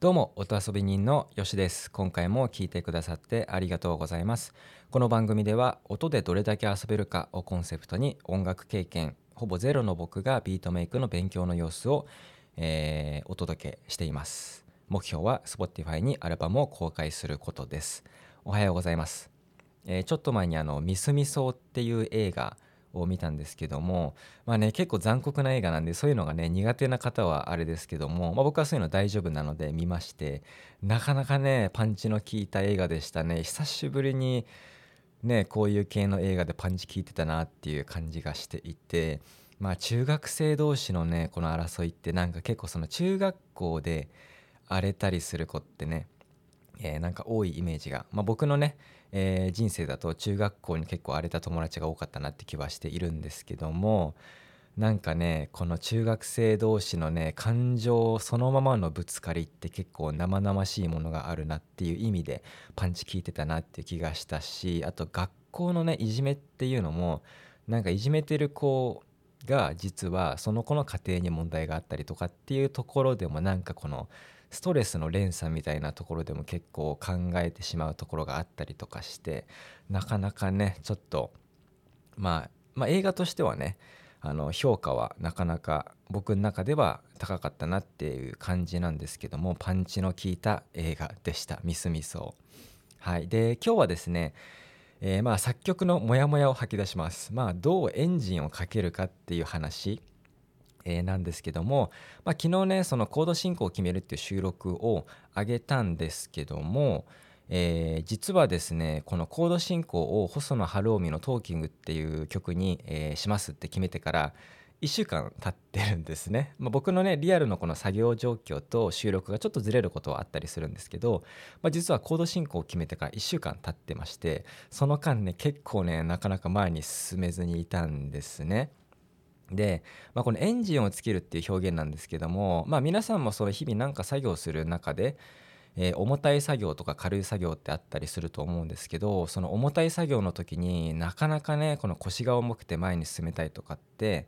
どうも、音遊び人のよしです。今回も聞いてくださってありがとうございます。この番組では、音でどれだけ遊べるかをコンセプトに、音楽経験ほぼゼロの僕がビートメイクの勉強の様子を、お届けしています。目標は Spotify にアルバムを公開することです。おはようございます。ちょっと前にミスミソっていう映画を見たんですけども、まあね、結構残酷な映画なんで、そういうのがね、苦手な方はあれですけども、僕はそういうの大丈夫なので見まして、なかなかね、パンチの効いた映画でしたね。久しぶりにね、こういう系の映画でパンチ効いてたなっていう感じがしていて、中学生同士のね、この争いってなんか結構その中学校で荒れたりする子ってね、なんか多いイメージが、僕のね、人生だと中学校に結構荒れた友達が多かったなって気はしているんですけども、なんかね、この中学生同士のね、感情そのままのぶつかりって結構生々しいものがあるなっていう意味でパンチ効いてたなっていう気がしたし、あと学校のね、いじめっていうのも、なんかいじめてる子が実はその子の家庭に問題があったりとかっていうところでも、なんかこのストレスの連鎖みたいなところでも結構考えてしまうところがあったりとかして、なかなかねちょっと映画としてはね、評価はなかなか僕の中では高かったなっていう感じなんですけども、パンチの効いた映画でした。ミスミソウ。はい。で、今日はですね、作曲のモヤモヤを吐き出します。どうエンジンをかけるかっていう話なんですけども、昨日ねそのコード進行を決めるっていう収録を上げたんですけども、実はですねこのコード進行を細野晴臣の「トーキング」っていう曲に、しますって決めてから1週間経ってるんですね。僕のねリアルのこの作業状況と収録がちょっとずれることはあったりするんですけど、実はコード進行を決めてから1週間経ってまして、その間ね結構ねなかなか前に進めずにいたんですね。で、このエンジンをつけるっていう表現なんですけども、皆さんもその日々なんか作業する中で、重たい作業とか軽い作業ってあったりすると思うんですけど、その重たい作業の時になかなかねこの腰が重くて前に進めたいとかって、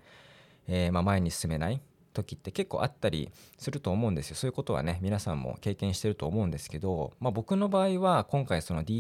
前に進めない時って結構あったりすると思うんですよ。そういうことはね皆さんも経験してると思うんですけど、僕の場合は今回その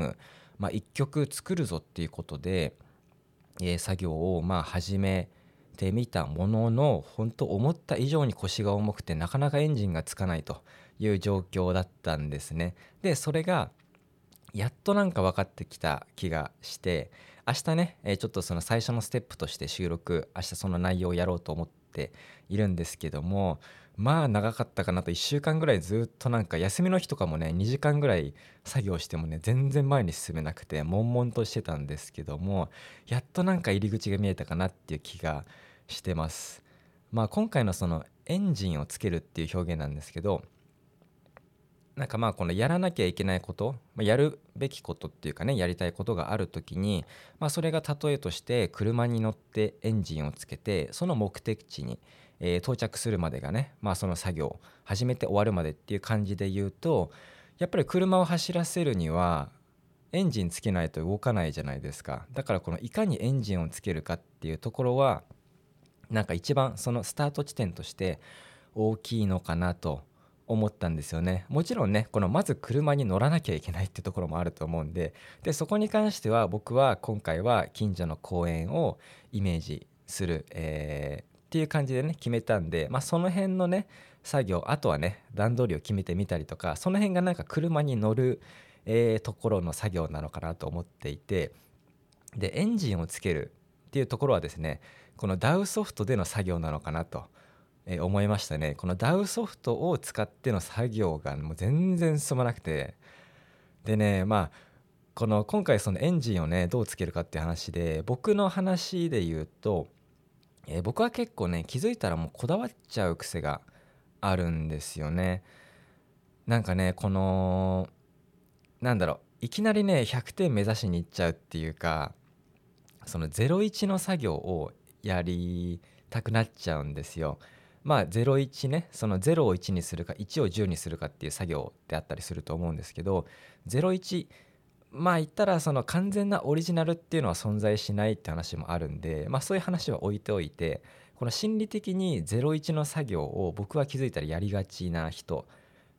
DTM、1曲作るぞっていうことで、作業を始めてみたものの、本当思った以上に腰が重くてなかなかエンジンがつかないという状況だったんですね。でそれがやっとなんか分かってきた気がして、明日ね、ちょっとその最初のステップとして収録、明日その内容をやろうと思っているんですけども、長かったかなと。1週間ぐらいずっとなんか休みの日とかもね2時間ぐらい作業してもね全然前に進めなくて悶々としてたんですけども、やっとなんか入り口が見えたかなっていう気がしてます。今回のそのエンジンをつけるっていう表現なんですけど、なんかこのやらなきゃいけないこと、やるべきことっていうかね、やりたいことがある時に、それが例えとして車に乗ってエンジンをつけてその目的地に、到着するまでがね、その作業始めて終わるまでっていう感じで言うと、やっぱり車を走らせるにはエンジンつけないと動かないじゃないですか。だからこのいかにエンジンをつけるかっていうところは、なんか一番そのスタート地点として大きいのかなと思ったんですよね。もちろんねこのまず車に乗らなきゃいけないってところもあると思うんで、そこに関しては僕は今回は近所の公園をイメージする、っていう感じでね決めたんで、その辺のね作業、あとはね段取りを決めてみたりとか、その辺がなんか車に乗る、ところの作業なのかなと思っていて、でエンジンをつけるっていうところはですね、この DAW ソフトでの作業なのかなと思いましたね。この DAW ソフトを使っての作業がもう全然進まなくて、でねこの今回そのエンジンをねどうつけるかっていう話で、僕の話で言うと、僕は結構ね気づいたらもうこだわっちゃう癖があるんですよね。なんかねこのなんだろう、いきなりね100点目指しに行っちゃうっていうか、その01の作業をやりたくなっちゃうんですよ。01ね、その0を1にするか1を10にするかっていう作業ってあったりすると思うんですけど、01、言ったらその完全なオリジナルっていうのは存在しないって話もあるんで、そういう話は置いておいて、この心理的に01の作業を僕は気づいたらやりがちな人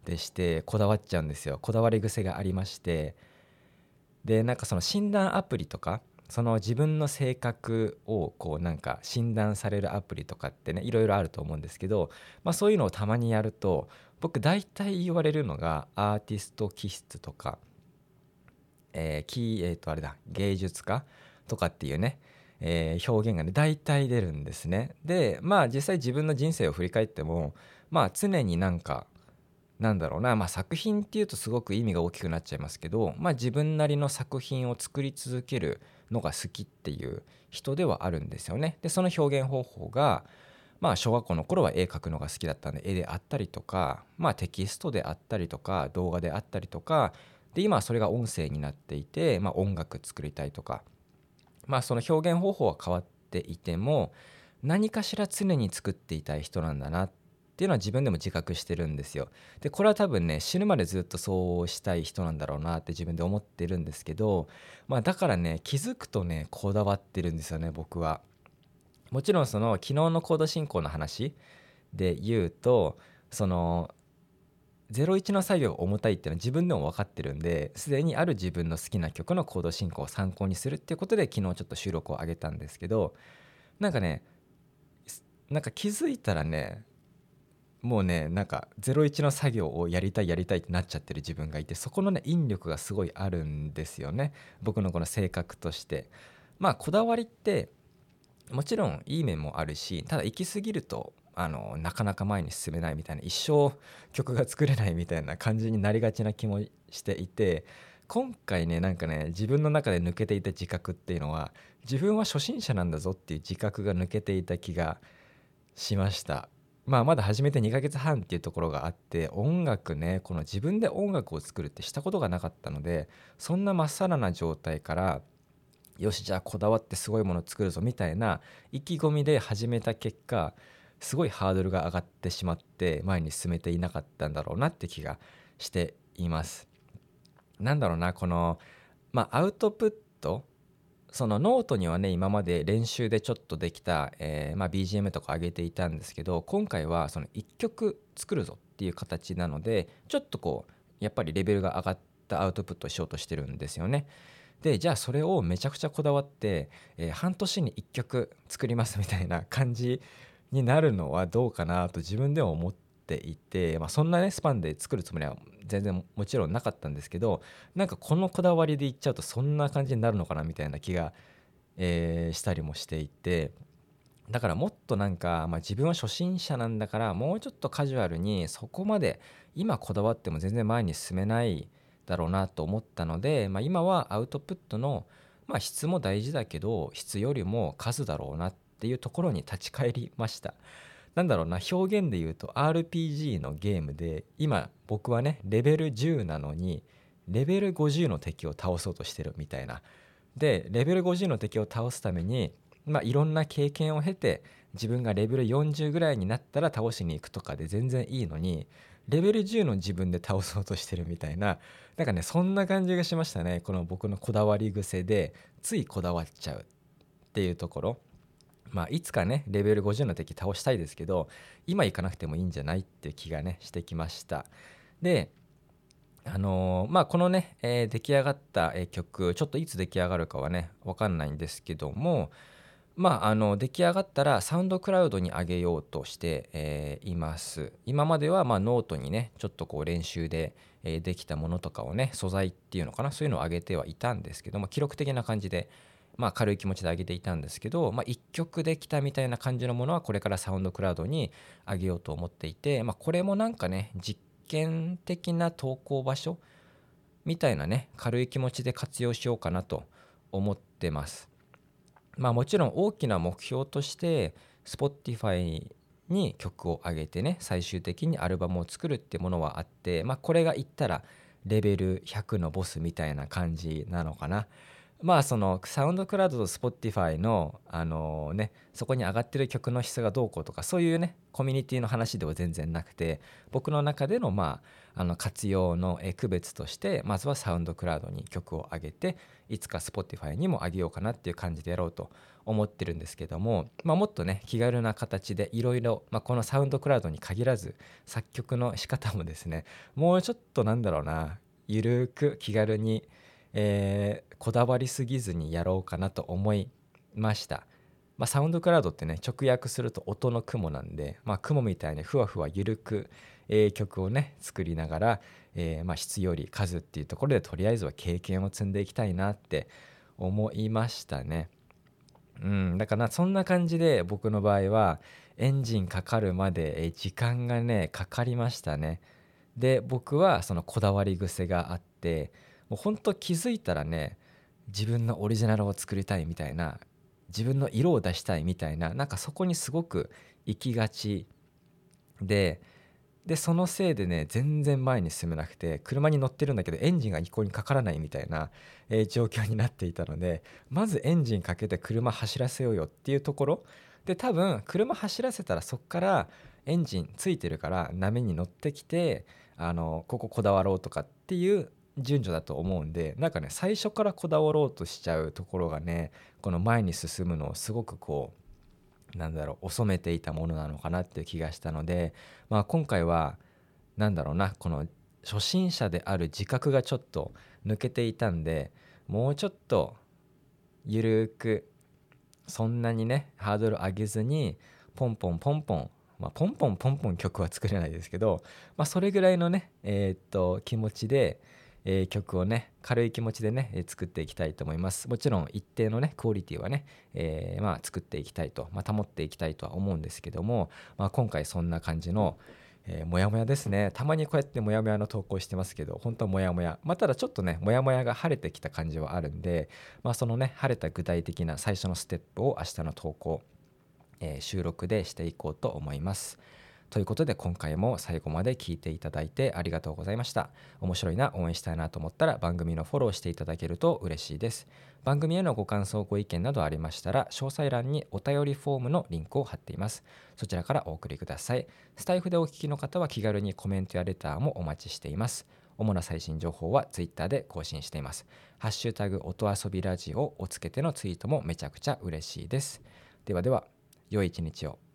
ってしてこだわっちゃうんですよ。こだわり癖がありまして、でなんかその診断アプリとか、その自分の性格をこうなんか診断されるアプリとかってね、いろいろあると思うんですけど、そういうのをたまにやると、僕大体言われるのがアーティスト気質とか、あれだ、芸術家とかっていうね、表現がね大体出るんですね。で実際自分の人生を振り返っても、常になんかなんだろうな、作品っていうとすごく意味が大きくなっちゃいますけど、自分なりの作品を作り続けるのが好きっていう人ではあるんですよね。でその表現方法が、小学校の頃は絵描くのが好きだったんで、絵であったりとか、テキストであったりとか動画であったりとかで、今はそれが音声になっていて、音楽作りたいとか、その表現方法は変わっていても、何かしら常に作っていたい人なんだなっていうのは自分でも自覚してるんですよ。でこれは多分ね、死ぬまでずっとそうしたい人なんだろうなって自分で思ってるんですけど、だからね、気づくとねこだわってるんですよね、僕は。もちろんその昨日のコード進行の話で言うと、その01の作業が重たいっていうのは自分でも分かってるんで、すでにある自分の好きな曲のコード進行を参考にするっていうことで昨日ちょっと収録を上げたんですけど、なんかね、なんか気づいたらね、もうねなんか01の作業をやりたいやりたいってなっちゃってる自分がいて、そこのね引力がすごいあるんですよね、僕のこの性格として。こだわりってもちろんいい面もあるし、ただ行き過ぎるとなかなか前に進めないみたいな、一生曲が作れないみたいな感じになりがちな気もしていて、今回ねなんかね自分の中で抜けていた自覚っていうのは、自分は初心者なんだぞっていう自覚が抜けていた気がしました。まだ始めて2ヶ月半っていうところがあって、音楽ね、この自分で音楽を作るってしたことがなかったので、そんなまっさらな状態から、よしじゃあこだわってすごいものを作るぞみたいな意気込みで始めた結果、すごいハードルが上がってしまって前に進めていなかったんだろうなって気がしています。なんだろうな、このアウトプット、そのノートにはね今まで練習でちょっとできた、BGM とか上げていたんですけど、今回はその1曲作るぞっていう形なので、ちょっとこうやっぱりレベルが上がったアウトプットをしようとしてるんですよね。でじゃあそれをめちゃくちゃこだわって、半年に1曲作りますみたいな感じになるのはどうかなと自分でも思っていて、そんなねスパンで作るつもりは全然もちろんなかったんですけど、なんかこのこだわりでいっちゃうとそんな感じになるのかなみたいな気が、したりもしていて、だからもっとなんか、自分は初心者なんだからもうちょっとカジュアルに、そこまで今こだわっても全然前に進めないだろうなと思ったので、今はアウトプットの、質も大事だけど質よりも数だろうなっていうところに立ち返りました。なんだろうな、表現で言うと RPG のゲームで今僕はねレベル10なのにレベル50の敵を倒そうとしてるみたいな。でレベル50の敵を倒すために、いろんな経験を経て自分がレベル40ぐらいになったら倒しに行くとかで全然いいのに、レベル10の自分で倒そうとしてるみたいな、なんかねそんな感じがしましたね。この僕のこだわり癖でついこだわっちゃうっていうところ。いつかねレベル50の敵倒したいですけど、今行かなくてもいいんじゃないって気がねしてきました。でこのね、出来上がった、曲ちょっといつ出来上がるかはね分かんないんですけども、出来上がったらサウンドクラウドに上げようとして、います。今まではノートにねちょっとこう練習で、できたものとかをね、素材っていうのかな、そういうのを上げてはいたんですけども、記録的な感じで軽い気持ちで上げていたんですけど、1曲できたみたいな感じのものはこれからサウンドクラウドに上げようと思っていて、これもなんかね実験的な投稿場所みたいなね軽い気持ちで活用しようかなと思ってます。もちろん大きな目標として Spotify に曲を上げてね最終的にアルバムを作るってものはあって、これがいったらレベル100のボスみたいな感じなのかな。 そのサウンドクラウドと Spotify のそこに上がってる曲の質がどうこうとか、そういうねコミュニティの話では全然なくて、僕の中での活用の区別として、まずはサウンドクラウドに曲を上げて、いつか Spotify にも上げようかなっていう感じでやろうと思ってるんですけども、もっとね気軽な形でいろいろ、このサウンドクラウドに限らず作曲の仕方もですね、もうちょっとゆるく気軽にこだわりすぎずにやろうかなと思いました。サウンドクラウドってね直訳すると音の雲なんで、雲みたいにふわふわゆるく、曲をね作りながら、質より数っていうところでとりあえずは経験を積んでいきたいなって思いましたね。だからそんな感じで僕の場合はエンジンかかるまで時間がねかかりましたね。で僕はそのこだわり癖があって、もうほんと気づいたらね、自分のオリジナルを作りたいみたいな、自分の色を出したいみたいな、そこにすごく行きがちで、そのせいでね全然前に進めなくて、車に乗ってるんだけどエンジンが一向にかからないみたいな、状況になっていたので、まずエンジンかけて車走らせようよっていうところで、多分車走らせたらそっからエンジンついてるから波に乗ってきて、こここだわろうとかっていう順序だと思うんで、最初からこだわろうとしちゃうところがね、この前に進むのをすごく遅めていたものなのかなっていう気がしたので、今回はこの初心者である自覚がちょっと抜けていたんで、もうちょっとゆるく、そんなにねハードル上げずにポンポンポンポン、ポンポンポンポン曲は作れないですけど、それぐらいのね気持ちで、曲をね軽い気持ちでね、作っていきたいと思います。もちろん一定のねクオリティはね、作っていきたいと、保っていきたいとは思うんですけども、今回そんな感じのモヤモヤですね。たまにこうやってモヤモヤの投稿してますけど、本当はモヤモヤ、ただちょっとねモヤモヤが晴れてきた感じはあるんで、そのね晴れた具体的な最初のステップを明日の投稿、収録でしていこうと思います。ということで今回も最後まで聞いていただいてありがとうございました。面白いな、応援したいなと思ったら番組のフォローしていただけると嬉しいです。番組へのご感想ご意見などありましたら、詳細欄にお便りフォームのリンクを貼っています。そちらからお送りください。スタイフでお聞きの方は気軽にコメントやレターもお待ちしています。主な最新情報は Twitter で更新しています。ハッシュタグ音遊びラジオをつけてのツイートもめちゃくちゃ嬉しいです。ではでは、良い一日を。